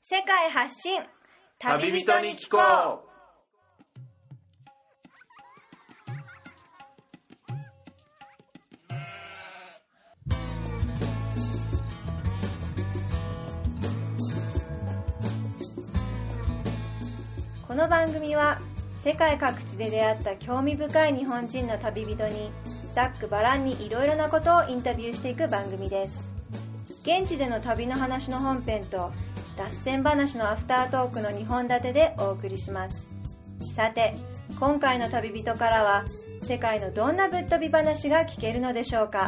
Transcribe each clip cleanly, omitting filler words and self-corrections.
世界発信旅人に聞こう。 この番組は世界各地で出会った興味深い日本人の旅人にざっくばらんにいろいろなことをインタビューしていく番組です。現地での旅の話の本編と脱線話のアフタートークの2本立てでお送りします。さて、今回の旅人からは世界のどんなぶっ飛び話が聞けるのでしょうか。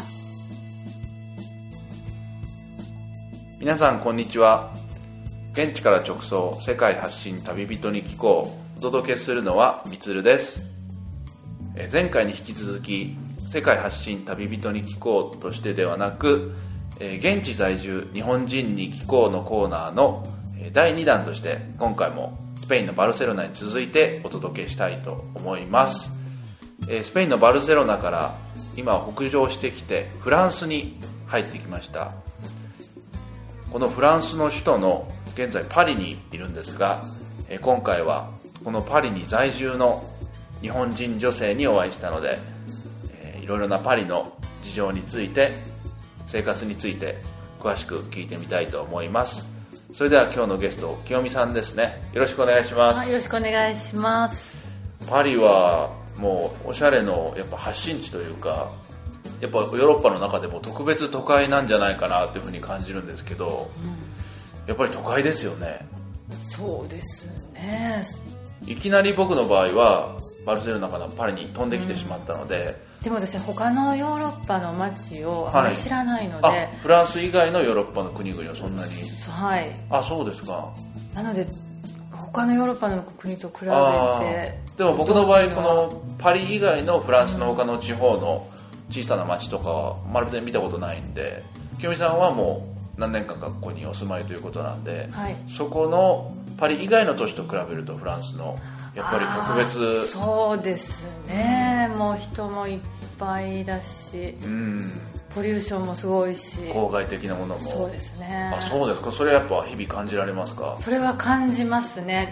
皆さんこんにちは。現地から直送世界発信旅人に聞こう。お届けするのはみつるです。前回に引き続き世界発信旅人に聞こうとしてではなく、現地在住日本人に聞こうのコーナーの第2弾として今回もスペインのバルセロナに続いてお届けしたいと思います。スペインのバルセロナから今北上してきてフランスに入ってきました。このフランスの首都の現在パリにいるんですが、今回はこのパリに在住の日本人女性にお会いしたので、いろいろなパリの事情について生活について詳しく聞いてみたいと思います。それでは今日のゲスト清美さんですね。よろしくお願いします。 よろしくお願いします。 パリはもうおしゃれのやっぱ発信地というか、やっぱヨーロッパの中でも特別都会なんじゃないかなというふうに感じるんですけど、やっぱり都会ですよね。 そうですね。 いきなり僕の場合はバルセロナからパリに飛んできてしまったので、 でも私他のヨーロッパの街をあまり知らないので、 フランス以外のヨーロッパの国々はそんなに、 はい、 そうですか。 なので他のヨーロッパの国と比べて、 でも僕の場合このパリ以外のフランスの他の地方の小さな町とかはまるで見たことないんで、清美さんはもう何年間かここにお住まいということなんで、 はい、 そこのパリ以外の都市と比べるとフランスのやっぱり特別。 そうですね、もう人もいっぱいだし、ポリューションもすごいし、 郊外的なものも。 そうですね。 そうですか。それはやっぱ日々感じられますか？ それは感じますね。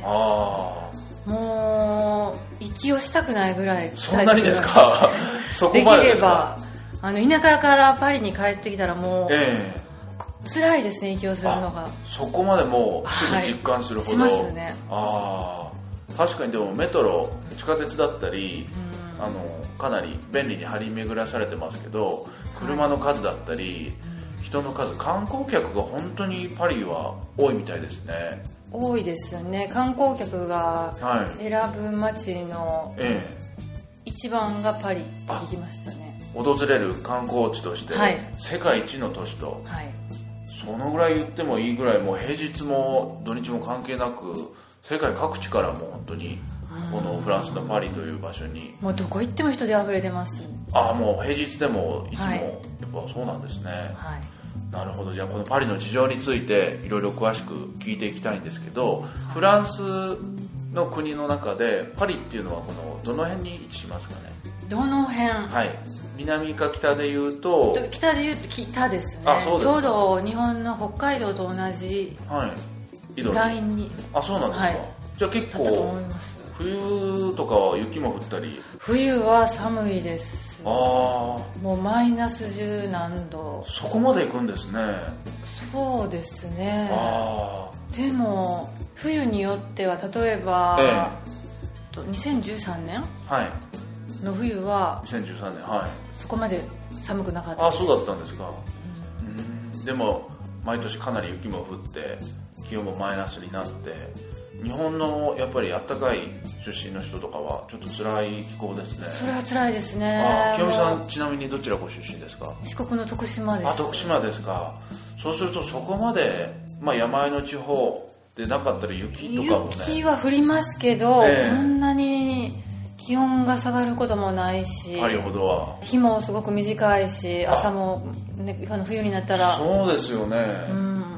もう息をしたくないぐらい。 そんなにですか？そこまでですか？ できれば田舎からパリに帰ってきたらもう、辛いですね、息をするのが。 そこまでもうすぐ実感するほど、 しますね。 確かに。でもメトロ、地下鉄だったり、かなり便利に張り巡らされてますけど、車の数だったり、人の数、観光客が本当にパリは多いみたいですね。 多いですね。観光客が選ぶ街の一番がパリって聞きましたね。 訪れる観光地として世界一の都市と、そのぐらい言ってもいいぐらい、もう平日も土日も関係なく世界各地からも本当にこのフランスのパリという場所に、 もうどこ行っても人で溢れてます。 もう平日でもいつも、やっぱそうなんですね。なるほど。じゃあこのパリの事情についていろいろ詳しく聞いていきたいんですけど、フランスの国の中でパリっていうのはこのどの辺に位置しますかね？ どの辺？ 南か北でいうと。 北でいうと北ですね。 そうですか。 ちょうど日本の北海道と同じラインに。 そうなんですか。じゃあ結構冬とかは雪も降ったり？冬は寒いです。もうマイナス10何度。 そこまで行くんですね。 そうですね。でも冬によっては、例えば、2013年の冬は 2013年、 そこまで寒くなかったです。 そうだったんですか。でも毎年かなり雪も降って気温もマイナスになって、日本のやっぱりあったかい出身の人とかはちょっと辛い気候ですね。 それは辛いですね。 清美さんちなみにどちらご出身ですか？ 四国の徳島です。 徳島ですか。そうするとそこまで、山あいの地方でなかったら雪とかもね。 雪は降りますけど、こんなに気温が下がることもないし、 パリほどは日もすごく短いし、朝も、冬になったら。 そうですよね。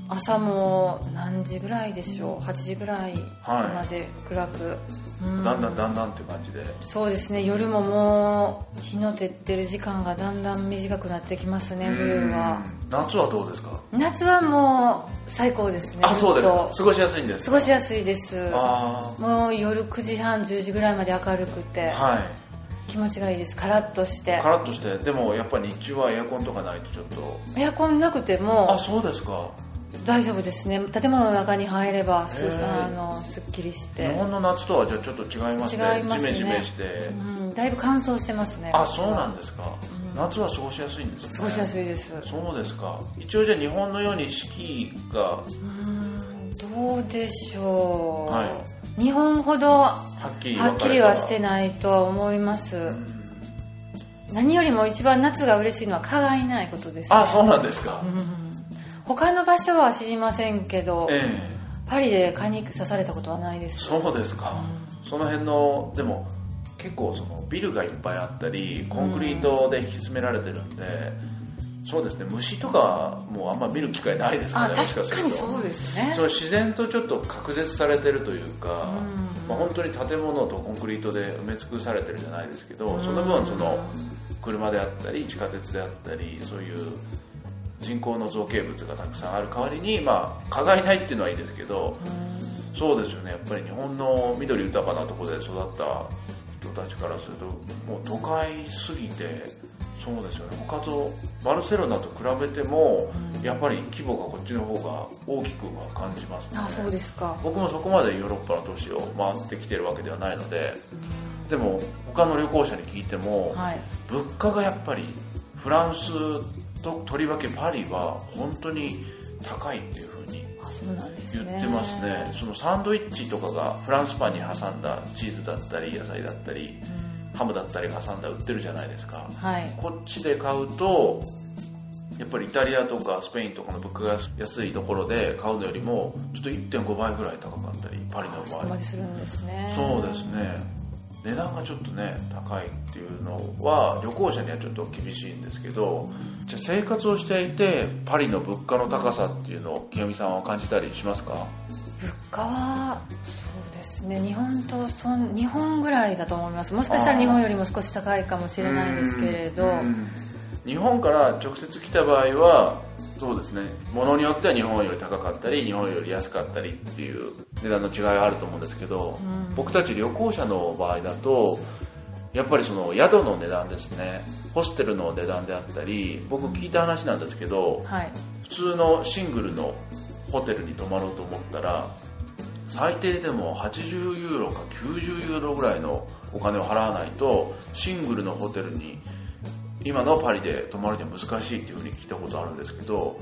朝も何時ぐらいでしょう、8時ぐらいまで暗く、 だんだんっていう感じで。 そうですね、夜ももう日の照ってる時間がだんだん短くなってきますね、冬は。 夏はどうですか？ 夏はもう最高ですね。 そうですか。過ごしやすいんですか？ 過ごしやすいです。もう夜9時半10時ぐらいまで明るくて、気持ちがいいです。カラッとして。 でもやっぱり日中はエアコンとかないとちょっと。 エアコンなくてもそうですか。 大丈夫ですね。建物の中に入ればすっきりして。 日本の夏とはじゃあちょっと違いますね。 違いますね。 ジメジメして、 だいぶ乾燥してますね。 そうなんですか。夏は過ごしやすいんですね。 過ごしやすいです。 そうですか。一応じゃあ日本のように四季がどうでしょう、日本ほどはっきりはしてないとは思います。何よりも一番夏が嬉しいのは蚊がいないことですね。 そうなんですか。 他の場所は知りませんけど、パリで蚊に刺されたことはないです。 そうですか。その辺のでも結構そのビルがいっぱいあったりコンクリートで引き詰められてるんで、そうですね、虫とかもうあんま見る機会ないですからね。 確かにそうですね。 自然とちょっと隔絶されてるというか、本当に建物とコンクリートで埋め尽くされてるじゃないですけど、その分その車であったり地下鉄であったりそういう人工の造形物がたくさんある代わりに、蚊がいないっていうのはいいですけど、そうですよね。やっぱり日本の緑豊かなところで育った人たちからするともう都会すぎて、そうですよね、他とバルセロナと比べても、やっぱり規模がこっちの方が大きくは感じますね。 そうですか。 僕もそこまでヨーロッパの都市を回ってきてるわけではないので、でも他の旅行者に聞いても、物価がやっぱりフランスととりわけパリは本当に高いっていうふうに言ってますね。そのサンドイッチとかがフランスパンに挟んだチーズだったり野菜だったり、ハムだったり挟んだ売ってるじゃないですか、こっちで買うとやっぱりイタリアとかスペインとかの物価が安いところで買うのよりもちょっと 1.5 倍ぐらい高かったり、パリの場合そこまでするんですね。 そうですね、値段がちょっとね高いっていうのは旅行者にはちょっと厳しいんですけど、じゃあ生活をしていてパリの物価の高さっていうのを清美さんは感じたりしますか？ 物価はそうですね、日本ぐらいだと思います。もしかしたら日本よりも少し高いかもしれないですけれど、 日本から直接来た場合はそうですね、物によっては日本より高かったり日本より安かったりっていう値段の違いがあると思うんですけど、僕たち旅行者の場合だとやっぱりその宿の値段ですね、ホステルの値段であったり、僕聞いた話なんですけど、普通のシングルのホテルに泊まろうと思ったら最低でも80ユーロか90ユーロぐらいのお金を払わないとシングルのホテルに今のパリで泊まるには難しいっていうふうに聞いたことあるんですけど、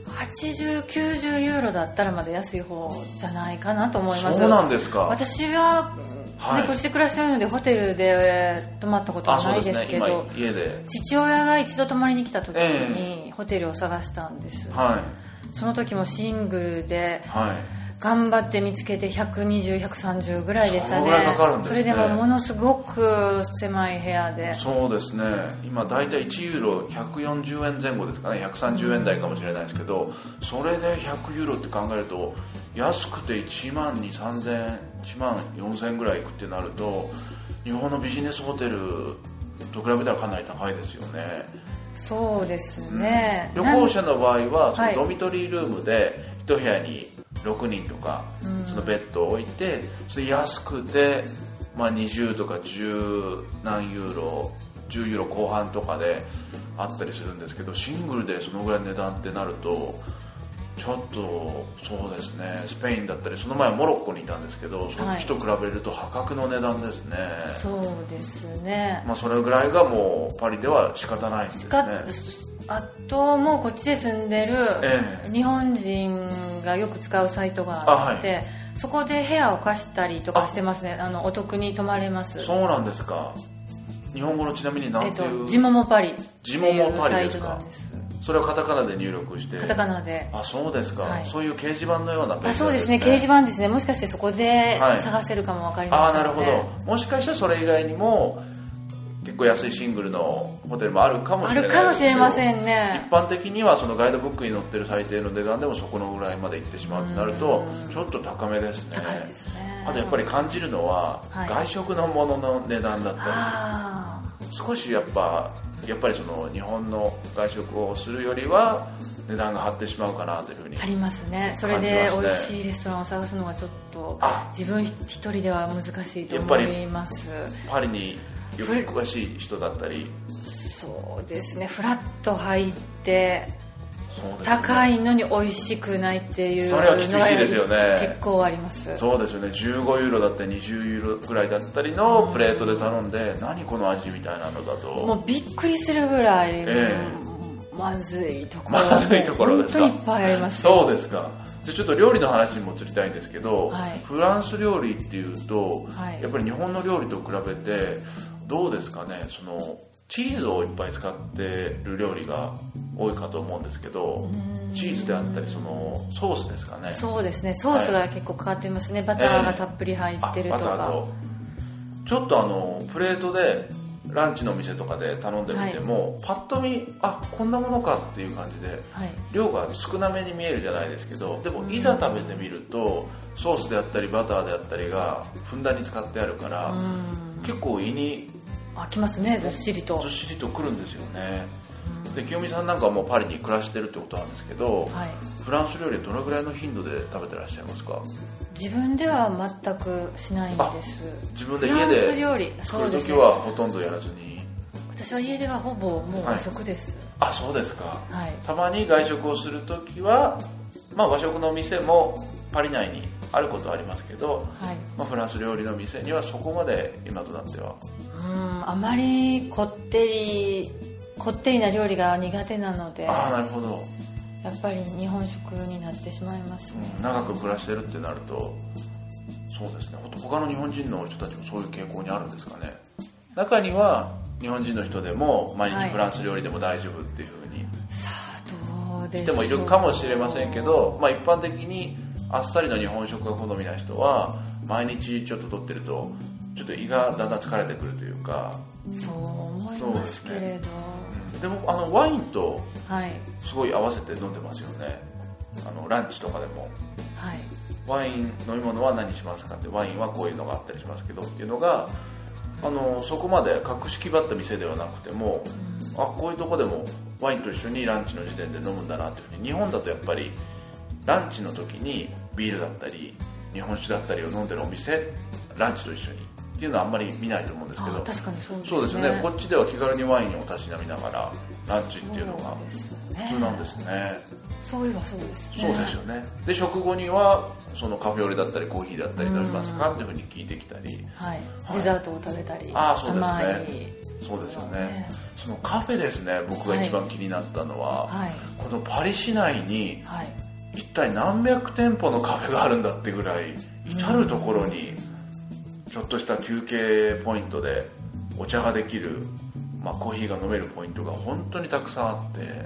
80、90ユーロだったらまだ安い方じゃないかなと思います。 そうなんですか。 私はこっちで暮らしてるのでホテルで泊まったことはないですけど、 今家で父親が一度泊まりに来た時にホテルを探したんです、その時もシングルで、頑張って見つけて120、130ぐらいでしたね。 そのぐらいかかるんですね。 それでもものすごく狭い部屋で。 そうですね、今だいたい1ユーロ140円前後ですかね、130円台かもしれないですけど、それで100ユーロって考えると安くて1万2、3000円、1万4000円ぐらいいくってなると日本のビジネスホテルと比べたらかなり高いですよね。 そうですね、 旅行者の場合はそのドミトリールームで1部屋に6人とかそのベッドを置いて、それ安くて、20とか10何ユーロ10ユーロ後半とかであったりするんですけど、シングルでそのぐらいの値段ってなるとちょっとそうですね、スペインだったりその前はモロッコにいたんですけど、そっちと比べると破格の値段ですね。 そうですね、 それぐらいがもうパリでは仕方ないんですね。 あともうこっちで住んでる日本人がよく使うサイトがあって、そこで部屋を貸したりとかしてますね。お得に泊まれます。 そうなんですか。日本語のちなみに何ていう、 ジモモパリジモモパリですか。それをカタカナで入力して。 カタカナで。 そうですか、そういう掲示板のようなページですね。 そうですね、掲示板ですね。もしかしてそこで探せるかも分かりませんね。 なるほど。もしかしたらそれ以外にも結構安いシングルのホテルもあるかもしれないですけど、 あるかもしれませんね。 一般的にはそのガイドブックに載ってる最低の値段でもそこのぐらいまで行ってしまうとなるとちょっと高めですね。 高いですね。 あとやっぱり感じるのは、外食のものの値段だったり、少しやっぱりその日本の外食をするよりは値段が張ってしまうかなというふうにありますね。それで美味しいレストランを探すのがちょっと自分一人では難しいと思います。 パリによく詳しい人だったり、 そうですね、フラッと入って高いのに美味しくないっていうのがそれはきついですよね。 結構あります。 そうですよね。15ユーロだったり20ユーロぐらいだったりのプレートで頼んで、何この味みたいなのだともうびっくりするぐらい、まずいところまずいところですか。 本当にいっぱいあります。 そうですか。じゃあちょっと料理の話にも移りたいんですけど、フランス料理っていうと、やっぱり日本の料理と比べてどうですかね。そのチーズをいっぱい使ってる料理が多いかと思うんですけど、チーズであったりそのソースですかね。 そうですね、ソースが結構かかってますね。バターがたっぷり入ってるとか、 バターとちょっとプレートでランチの店とかで頼んでみても、パッと見こんなものかっていう感じで、量が少なめに見えるじゃないですけど、でもいざ食べてみるとソースであったりバターであったりがふんだんに使ってあるから、結構胃にきますね。ずっしりとくるんですよね。で清美さんなんかはもうパリに暮らしてるってことなんですけど、フランス料理はどのぐらいの頻度で食べてらっしゃいますか？ 自分では全くしないんです。 自分で家で作る時はほとんどやらずに。 私は家ではほぼもう和食です。 そうですか。たまに外食をする時は、和食の店もパリ内にあることはありますけど、フランス料理の店にはそこまで今となってはあまりこってりな料理が苦手なので。 なるほど。 やっぱり日本食になってしまいますね。 長く暮らしてるってなると、そうですね。他の日本人の人たちもそういう傾向にあるんですかね。中には日本人の人でも毎日フランス料理でも大丈夫っていう風に人もいるかもしれませんけど、一般的にあっさりの日本食が好みな人は毎日ちょっと取ってるとちょっと胃がだんだん疲れてくるというか。 そう思いますけれど、 でもワインとすごい合わせて飲んでますよね。ランチとかでも、ワイン飲み物は何しますかって、ワインはこういうのがあったりしますけどっていうのがそこまで格式ばった店ではなくても、こういうとこでもワインと一緒にランチの時点で飲むんだなっていうふうに。日本だとやっぱりランチの時にビールだったり日本酒だったりを飲んでるお店、ランチと一緒にっていうのはあんまり見ないと思うんですけど。 確かにそうですね。 そうですよね。こっちでは気軽にワインをたしなみながらランチっていうのが普通なんですね。 そういえばそうですね。 そうですよね。で食後にはそのカフェオレだったりコーヒーだったり飲みますかっていうふうに聞いてきたり、 デザートを食べたり。 そうですね。そうですよね。そのカフェですね。僕が一番気になったのは、このパリ市内に一体何百店舗のカフェがあるんだってぐらい、至る所にちょっとした休憩ポイントでお茶ができる、コーヒーが飲めるポイントが本当にたくさんあって。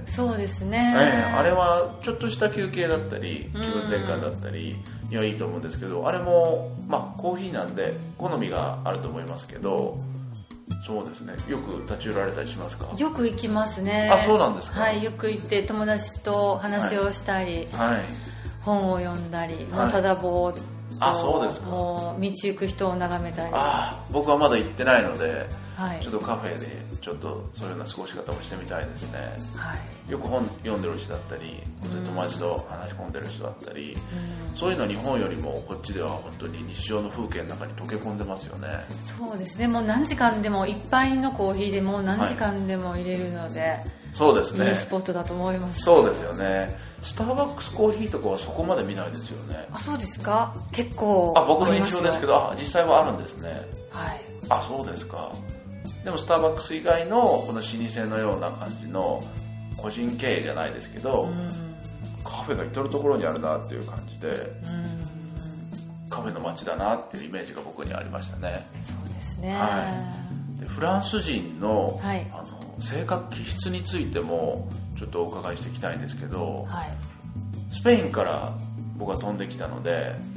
そうですね、 あれはちょっとした休憩だったり気分転換だったりにはいいと思うんですけど、あれもコーヒーなんで好みがあると思いますけど。そうですね。よく立ち寄られたりしますか？ よく行きますね。 そうなんですか。 よく行って友達と話をしたり、本を読んだり、もうただぼーっと、 そうですか。 もう道行く人を眺めたり。 僕はまだ行ってないので、ちょっとカフェでちょっとそういうような過ごし方もしてみたいですね。よく本読んでる人だったり、本当に友達と話し込んでる人だったり、そういうの日本よりもこっちでは本当に日常の風景の中に溶け込んでますよね。 そうですね。もう何時間でも一杯のコーヒーでも何時間でも入れるので、 そうですね。 いいスポットだと思います。 そうですよね。スターバックスコーヒーとかはそこまで見ないですよね。 そうですか。結構僕の印象ですけど、実際はあるんですね。そうですか。でもスターバックス以外のこの老舗のような感じの個人経営じゃないですけど、カフェが至る所にあるなっていう感じで、カフェの街だなっていうイメージが僕にありましたね。 そうですね。 でフランス人の、生活気質についてもちょっとお伺いしていきたいんですけど、スペインから僕は飛んできたので、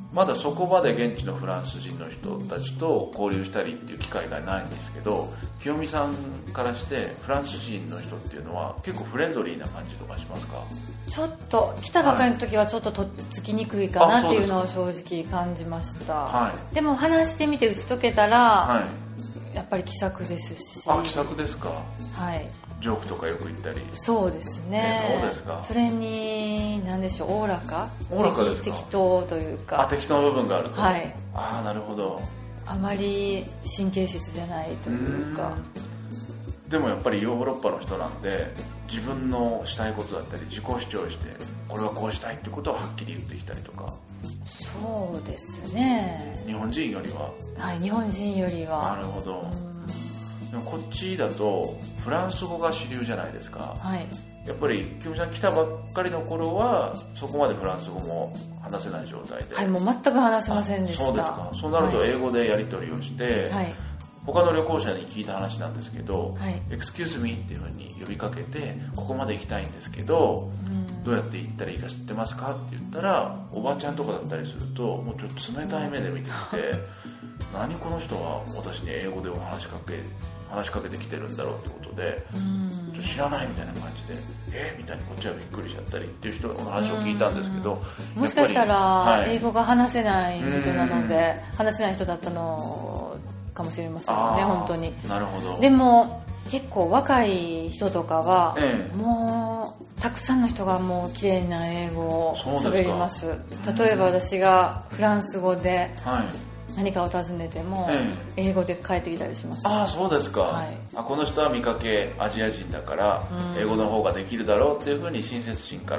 まだそこまで現地のフランス人の人たちと交流したりっていう機会がないんですけど、清美さんからしてフランス人の人っていうのは結構フレンドリーな感じとかしますか？ ちょっと来たばかりの時はちょっととっつきにくいかなっていうのを正直感じました。はい、でも話してみて打ち解けたら、はい、やっぱり気さくですし。 気さくですか？はい。ジョークとかよく言ったり。 そうですね。 そうですか。 それに何でしょう、おおらかですか？ 適当というか。 適当な部分があると。 はい。 なるほど。 あまり神経質じゃないというか。 でもやっぱりヨーロッパの人なんで、自分のしたいことだったり自己主張して、これはこうしたいってことをはっきり言ってきたりとか。 そうですね。 日本人よりは。 はい、日本人よりは。 なるほど。でもこっちだとフランス語が主流じゃないですか。はい。やっぱり清美さん来たばっかりの頃はそこまでフランス語も話せない状態で。 はい、もう全く話せませんでした。 そうですか。そうなると英語でやり取りをして、はい、他の旅行者に聞いた話なんですけど、はい、Excuse me っていうふうに呼びかけて、ここまで行きたいんですけど、どうやって行ったらいいか知ってますかって言ったら、おばちゃんとかだったりするともうちょっと冷たい目で見てきて何この人は私に英語で話しかけてきてるんだろうってことで、ちょっと知らないみたいな感じでみたいにこっちはびっくりしちゃったりっていう人の話を聞いたんですけど、 もしかしたら英語が話せない人なので、話せない人だったのかもしれませんよね。本当に。なるほど。でも結構若い人とかは、もうたくさんの人がもう綺麗な英語を喋ります。例えば私がフランス語で何かを尋ねても、英語で返ってきたりします。 そうですか。はい、この人は見かけアジア人だから英語の方ができるだろうっていうふうに親切心から。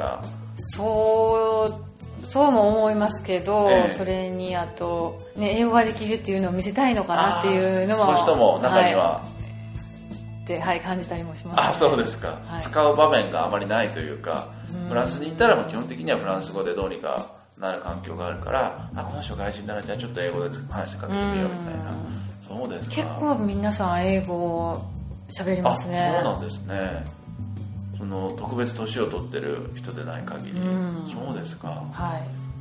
そうも思いますけど、それにあと、英語ができるっていうのを見せたいのかなっていうのも、 そういう人も中には、 感じたりもします、ね。 そうですか、はい。使う場面があまりないというか、フランスに行ったらもう基本的にはフランス語でどうにかなる環境があるから、この人外人ならじゃあちょっと英語で話してかけてみようみたいな。そうですか。 結構皆さん英語を喋りますね。 そうなんですね。その特別年を取ってる人でない限り。そうですか。はい。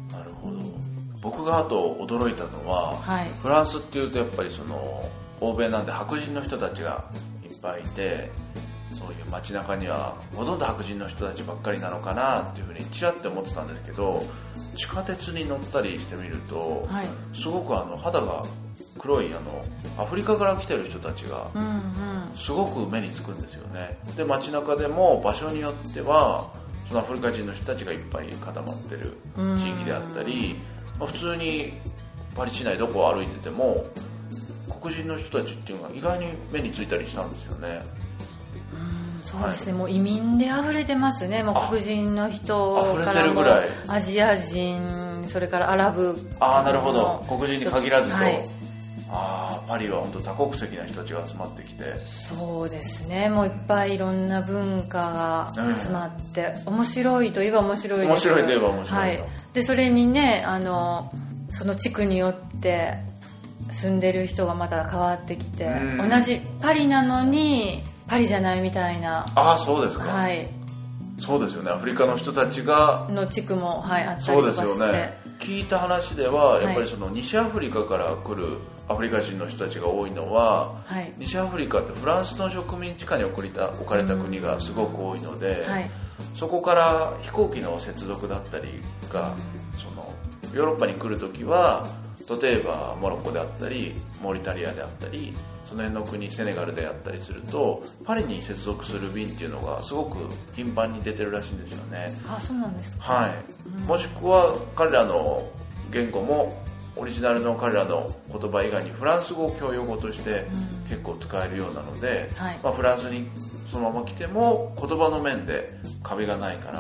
なるほど。僕があと驚いたのは、フランスっていうとやっぱりその欧米なんで白人の人たちがいっぱいいて、そういう街中にはほとんど白人の人たちばっかりなのかなっていうふうにちらって思ってたんですけど、地下鉄に乗ったりしてみると、すごく肌が黒いアフリカから来てる人たちがすごく目につくんですよね。で街中でも場所によってはそのアフリカ人の人たちがいっぱい固まってる地域であったり、普通にパリ市内どこを歩いてても黒人の人たちっていうのが意外に目についたりしたんですよね。 そうですね、もう移民で溢れてますね。もう黒人の人からもアジア人、それからアラブ。 なるほど。黒人に限らずと。パリは本当多国籍な人たちが集まってきて。 そうですね、もういっぱいいろんな文化が集まって、面白いといえば面白いです。 面白いといえば面白い。はい。 でそれにね、その地区によって住んでる人がまた変わってきて、同じパリなのにパリじゃないみたいな。 そうですか。 はい。 そうですよね。アフリカの人たちがの地区も、あったりとかして。 そうですよね。聞いた話ではやっぱりその西アフリカから来るアフリカ人の人たちが多いのは、西アフリカってフランスの植民地下に置かれた国がすごく多いので、そこから飛行機の接続だったりが、そのヨーロッパに来るときは例えばモロッコであったりモーリタリアであったりその辺の国セネガルであったりするとパリに接続する便っていうのがすごく頻繁に出てるらしいんですよね。 そうなんですか。 はい。もしくは彼らの言語もオリジナルの彼らの言葉以外にフランス語を教養語として結構使えるようなので、フランスにそのまま来ても言葉の面で壁がないから、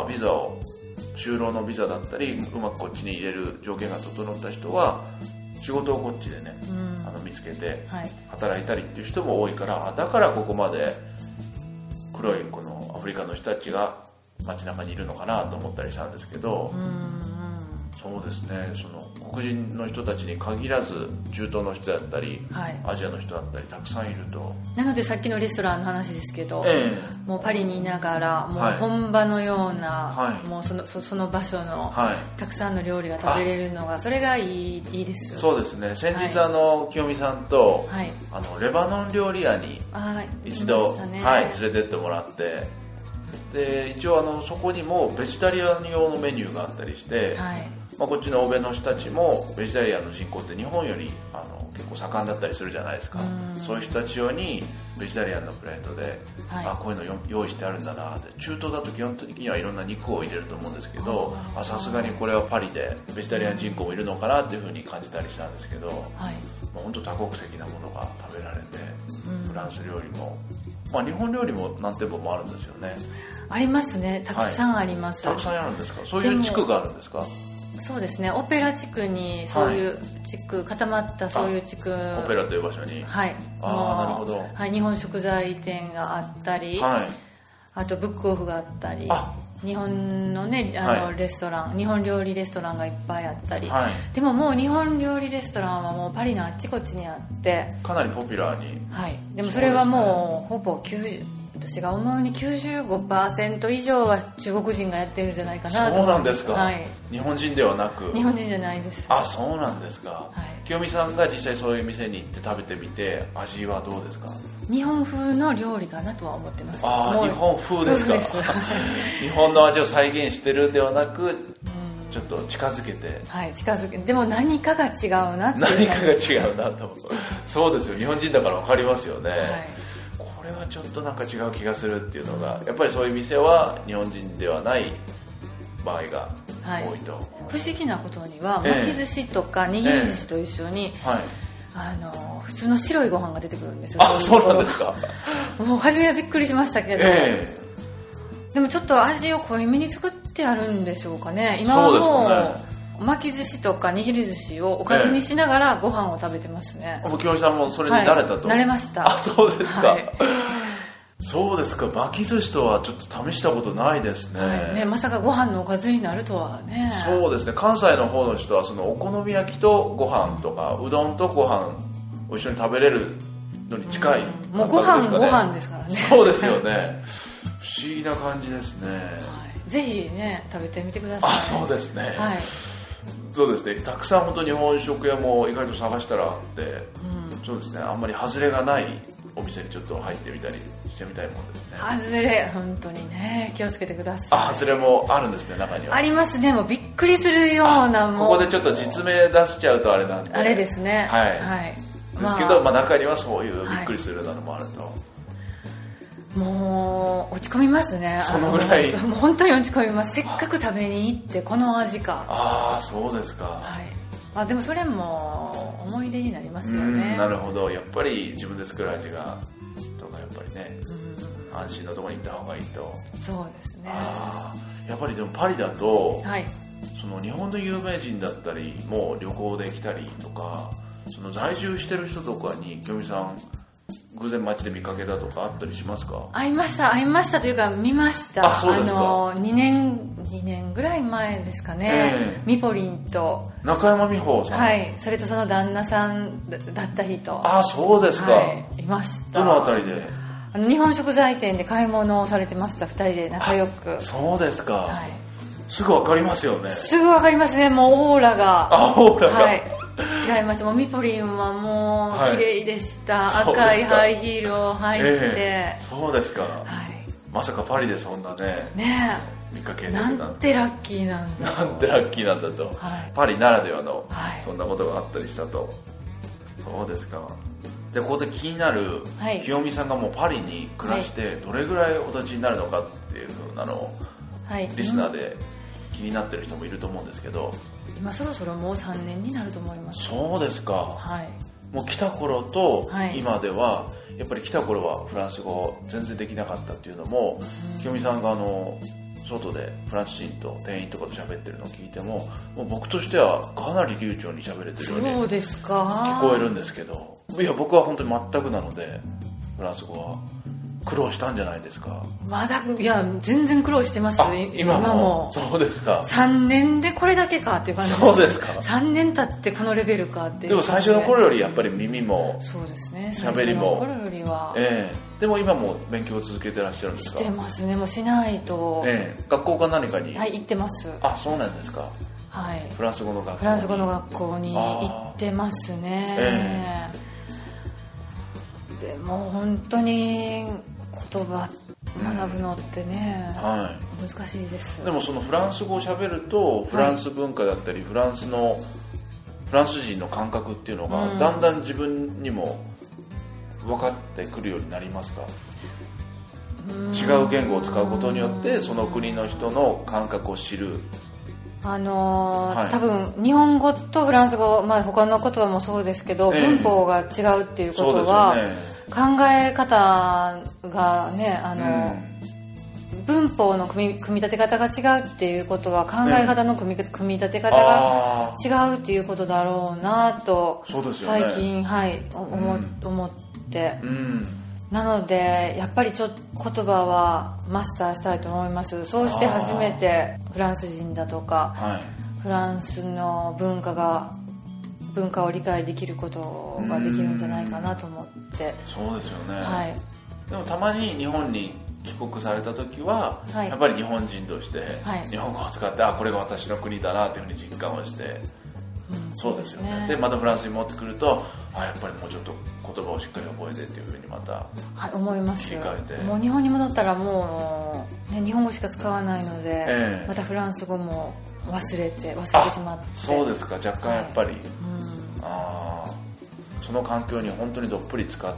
ビザを就労のビザだったりうまくこっちに入れる条件が整った人は仕事をこっちでね、見つけて働いたりっていう人も多いから、だからここまで黒いこのアフリカの人たちが街中にいるのかなと思ったりしたんですけど、そそうですね、その黒人の人たちに限らず中東の人だったり、はい、アジアの人だったりたくさんいると。 なのでさっきのレストランの話ですけど、もうパリにいながらもう本場のような、はい、もうその場所の、はい、たくさんの料理が食べれるのがそれがいいです。 そうですね、先日、はい、清美さんと、はい、レバノン料理屋に一度、ね、はい、連れてってもらって、で一応そこにもベジタリアン用のメニューがあったりして、はい、まあ、こっちの欧米の人たちもベジタリアンの人口って日本より結構盛んだったりするじゃないですか。そういう人たち用にベジタリアンのプレートで、はい、こういうの用意してあるんだなって。中東だと基本的にはいろんな肉を入れると思うんですけど、さすがにこれはパリでベジタリアン人口もいるのかなっていうふうに感じたりしたんですけど、はい、もう本当多国籍なものが食べられて、フランス料理も、まあ、日本料理も何店舗もあるんですよね。 ありますね、たくさんあります、 はい、たくさんあるんですか。そういう地区があるんですか。 そうですね、オペラ地区にそういう地区、はい、固まったそういう地区、 オペラという場所に、 はい、 なるほど、 はい、日本食材店があったり、はい、あとブックオフがあったり、日本のねはい、レストラン、日本料理レストランがいっぱいあったり、はい、でももう日本料理レストランはもうパリのあっちこっちにあってかなりポピュラーに、 はい、でもそれはもうほぼ私が思うに 95% 以上は中国人がやってるんじゃないかなと。 そうなんですか、 はい、 日本人ではなく。 日本人じゃないです。 そうなんですか、はい、清美さんが実際そういう店に行って食べてみて味はどうですか。 日本風の料理かなとは思ってます。 日本風ですか。日本の味を再現してるではなく、ちょっと近づけて、 はい、近づけて、でも何かが違うなっていう。 何かが違うなと。そうですよ、日本人だから分かりますよね、はい、これはちょっとなんか違う気がするっていうのが、やっぱりそういう店は日本人ではない場合が多いと、はい、 不思議なことには巻き寿司とか握り寿司と一緒に、はい、普通の白いご飯が出てくるんですよ。 そうなんですか。 もう初めはびっくりしましたけど、でもちょっと味を濃いめに作ってあるんでしょうかね。今はもう巻き寿司とか握り寿司をおかずにしながらご飯を食べてますね。 清美さんもそれに慣れたと。 慣れました。 そうですか、はい、そうですか。巻き寿司とはちょっと試したことないですね、はいね、 まさかご飯のおかずになるとはね。 そうですね、関西の方の人はそのお好み焼きとご飯とかうどんとご飯を一緒に食べれるのに近い、 もうご飯ですからね。 そうですよね。不思議な感じですね、はい、 ぜひね食べてみてください。 そうですね、 はい、 そうですね、たくさん本当に日本食屋も意外と探したらあって、そうですね、あんまり外れがないお店にちょっと入ってみたりしてみたいもんですね。 外れ本当にね気をつけてください。 外れもあるんですね、中には。 ありますね。もうびっくりするような、もうここでちょっと実名出しちゃうとあれなんであれですね、 はい、はい、ですけど、中にはそういうびっくりするようなのもあると、はい、もう落ち込みますね。 そのぐらいもう本当に落ち込みます。せっかく食べに行ってこの味か。 そうですか、 はい、でもそれも思い出になりますよね。 なるほど。やっぱり自分で作る味がとかやっぱりね、安心のところに行った方がいいと。 そうですね。 やっぱりでもパリだと、 はい、 その日本の有名人だったりもう旅行で来たりとか、その在住してる人とかに清美さん偶然街で見かけたとかあったりしますか。 会いましたというか見ました。 そうですか。 2年ぐらい前ですかね、ミポリンと中山美穂さん、 はい、それとその旦那さんだった人。 そうですか、 はい、いました。 どのあたりで。 日本食材店で買い物をされてました。2人で仲良く。 そうですか、 はい、 すぐ分かりますよね。 すぐ分かりますね。もうオーラがはい、違いました。もうミポリンはもう綺麗でした、はい、赤いハイヒールを履いて、 そうですか、はい、まさかパリでそんなね見かけるなんてラッキーなんだと、 はい、 パリならではの、はい、そんなことがあったりしたと。そうですか。でここで気になる、はい、清美さんがもうパリに暮らしてどれぐらいお立ちになるのかっていう風なのを、はい、リスナーで気になってる人もいると思うんですけど、 今そろそろもう3年になると思います。 そうですか、 はい、 もう来た頃と今では、やっぱり来た頃はフランス語全然できなかったっていうのも、清美さんが外でフランス人と店員とかと喋ってるのを聞いても、もう僕としてはかなり流暢に喋れてるように聞こえるんですけど、いや僕は本当に全くなのでフランス語は苦労したんじゃないですか？ まだいや全然苦労してます。 今もそうですか。 3年でこれだけかっていう感じです。 そうですか。 3年経ってこのレベルかっていう。 でも最初の頃よりやっぱり耳もそうですね、 喋りも最初の頃よりは、 でも今も勉強を続けてらっしゃるんですか？ してますね。もうしないと、 学校か何かに、 はい、行ってます。 そうなんですか。 はい、 フランス語の学校。 フランス語の学校に行ってますね。でも本当に言葉学ぶのってね、難しいです。 でもそのフランス語を喋るとフランス文化だったり、フランス人の感覚っていうのがだんだん自分にも分かってくるようになりますか？違う言語を使うことによってその国の人の感覚を知る。 多分日本語とフランス語、他の言葉もそうですけど、文法が違うっていうことは、考え方がね、文法の組み立て方が違うっていうことは、考え方の組み立て方が違うっていうことだろうなと、最近、思って、なのでやっぱり言葉はマスターしたいと思います。そうして初めてフランス人だとか、フランスの文化を理解できることができるんじゃないかなと思って。 そうですよね、でもたまに日本に帰国された時は、やっぱり日本人として日本語を使って、これが私の国だなというふうに実感をして、そうですよね。でまたフランスに持ってくると、やっぱりもうちょっと言葉をしっかり覚えてっていうふうにまた思います。 切り替えて、 もう日本に戻ったらもう、日本語しか使わないので、またフランス語も忘れてしまって。 そうですか。若干やっぱり、その環境に本当にどっぷり使って、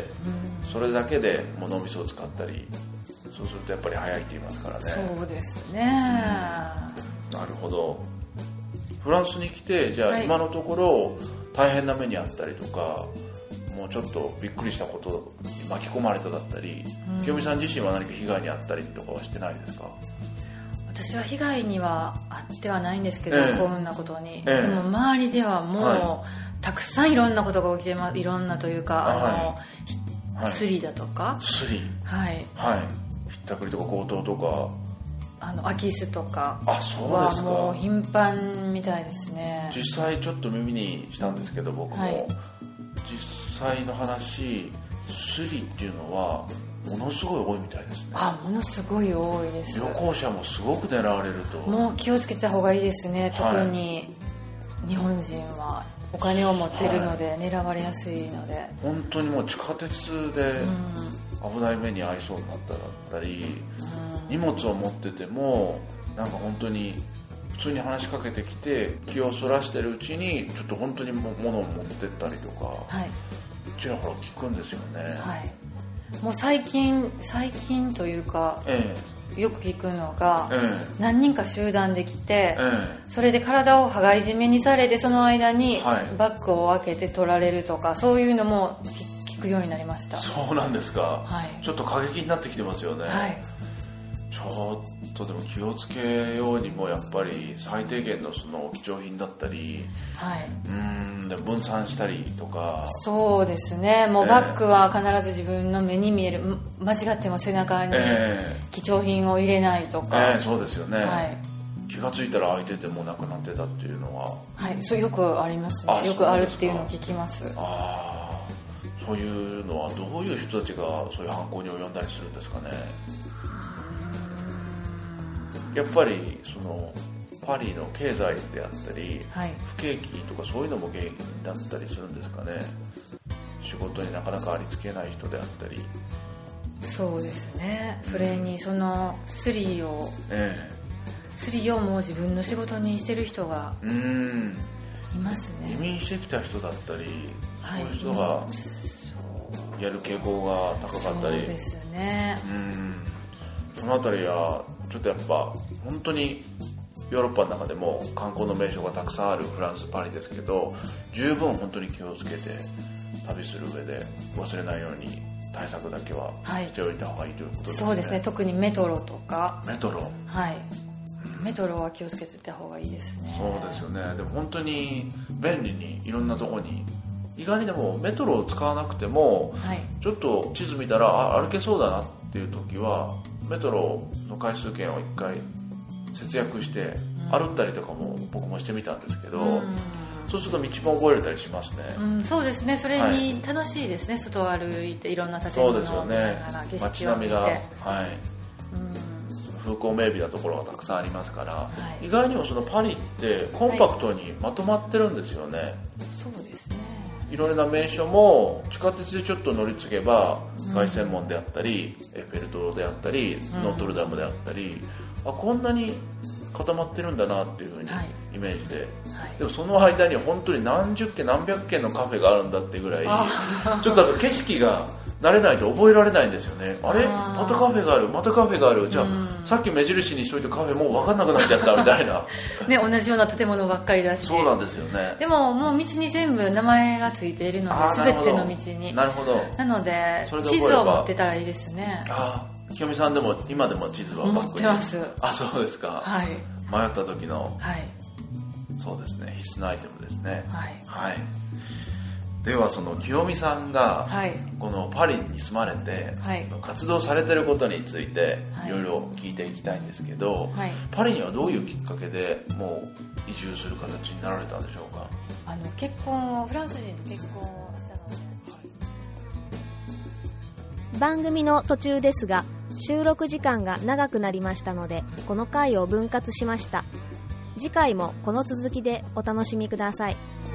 それだけでもう脳みそを使ったり、そうするとやっぱり早いって言いますからね。 そうですね、 なるほど。フランスに来て、じゃあ今のところ大変な目にあったりとか、もうちょっとびっくりしたことに巻き込まれただったり、清美さん自身は何か被害に遭ったりとかはしてないですか？ 私は被害には遭ってはないんですけど、こんなことに、でも周りではもう、たくさんいろんなことが起きていろんなというか、スリだとか、 スリ、ひったくりとか強盗とか、 空き巣とかはもう頻繁みたいですね。 実際ちょっと耳にしたんですけど、僕も、実際の話、スリっていうのはものすごい多いみたいですね。 ものすごい多いです。 旅行者もすごく狙われると。 もう気をつけてた方がいいですね。特に日本人はお金を持っているので、狙われやすいので、 本当にもう地下鉄で危ない目に遭いそうになっただったり、荷物を持っててもなんか本当に普通に話しかけてきて、気をそらしてるうちにちょっと本当に物を持ってったりとか、ちらほら聞くんですよね。 もう最近というか、よく聞くのが、何人か集団で来て、それで体を羽交い締めにされて、その間にバッグを開けて取られるとか、そういうのも聞くようになりました。 そうなんですか、ちょっと過激になってきてますよね。ちょっとでも気をつけようにもやっぱり最低限のその貴重品だったり、で分散したりとか。そうですね。 もうバッグは必ず自分の目に見える、間違っても背中に貴重品を入れないとか。 そうですよね。気がついたら開いててもうなくなってたっていうのは。 そうよくありますね。よくあるっていうのを聞きます。 そういうのはどういう人たちがそういう犯行に及んだりするんですかね。やっぱりそのパリの経済であったり、不景気とかそういうのも原因だったりするんですかね。仕事になかなかありつけない人であったり。 そうですね。それにそのスリをもう自分の仕事にしてる人がいますね。 移民してきた人だったり、そういう人がやる傾向が高かったり。 そうですね。 そのあたりはちょっとやっぱ本当にヨーロッパの中でも観光の名所がたくさんあるフランス・パリですけど、十分本当に気をつけて旅する上で忘れないように対策だけはしておいた方がいいということですね。 そうですね。特にメトロとか。 メトロ。 メトロは気をつけてた方がいいですね。 そうですよね。でも本当に便利にいろんなところに意外にでもメトロを使わなくても、はい、ちょっと地図見たら歩けそうだなっていう時はメトロの回数券を1回節約して歩ったりとかも僕もしてみたんですけど、そうすると道も覚えれたりしますね。 そうですね。それに楽しいですね、はい、外を歩いていろんな建物を見ながら景色を見て、 街並みが、はい、風光明媚なところがたくさんありますから、はい、意外にもそのパリってコンパクトにまとまってるんですよね、はい、 そうですね。 いろいろな名所も地下鉄でちょっと乗り継げば凱旋門であったり、エッフェル塔であったり、ノートルダムであったり、こんなに固まってるんだなっていうふうにイメージで、はい、でもその間に本当に何十軒何百軒のカフェがあるんだっていうぐらいちょっと景色が慣れないと覚えられないんですよね。あれまたカフェがあるまたカフェがある、じゃあさっき目印にしといたカフェもう分かんなくなっちゃったみたいなね、同じような建物ばっかりだし。 そうなんですよね。 でももう道に全部名前がついているので、全ての道に。 なるほど。 なので地図を持ってたらいいですね。 清美さんでも今でも地図はバッグに持ってます。 そうですか。 はい。 迷った時の、 はい、 そうですね、必須のアイテムですね。 はい、 はい。ではその清美さんがこのパリに住まれて、はい、その活動されてることについていろいろ聞いていきたいんですけど、はい、パリにはどういうきっかけでもう移住する形になられたんでしょうか？ フランス人と結婚をしたので、はい、 番組の途中ですが収録時間が長くなりましたのでこの回を分割しました。次回もこの続きでお楽しみください。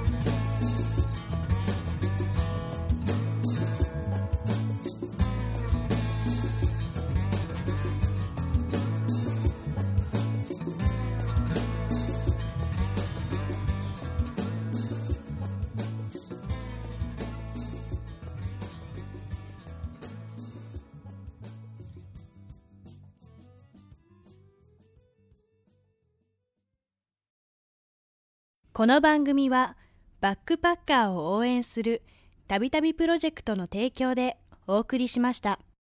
この番組はバックパッカーを応援するたびたびプロジェクトの提供でお送りしました。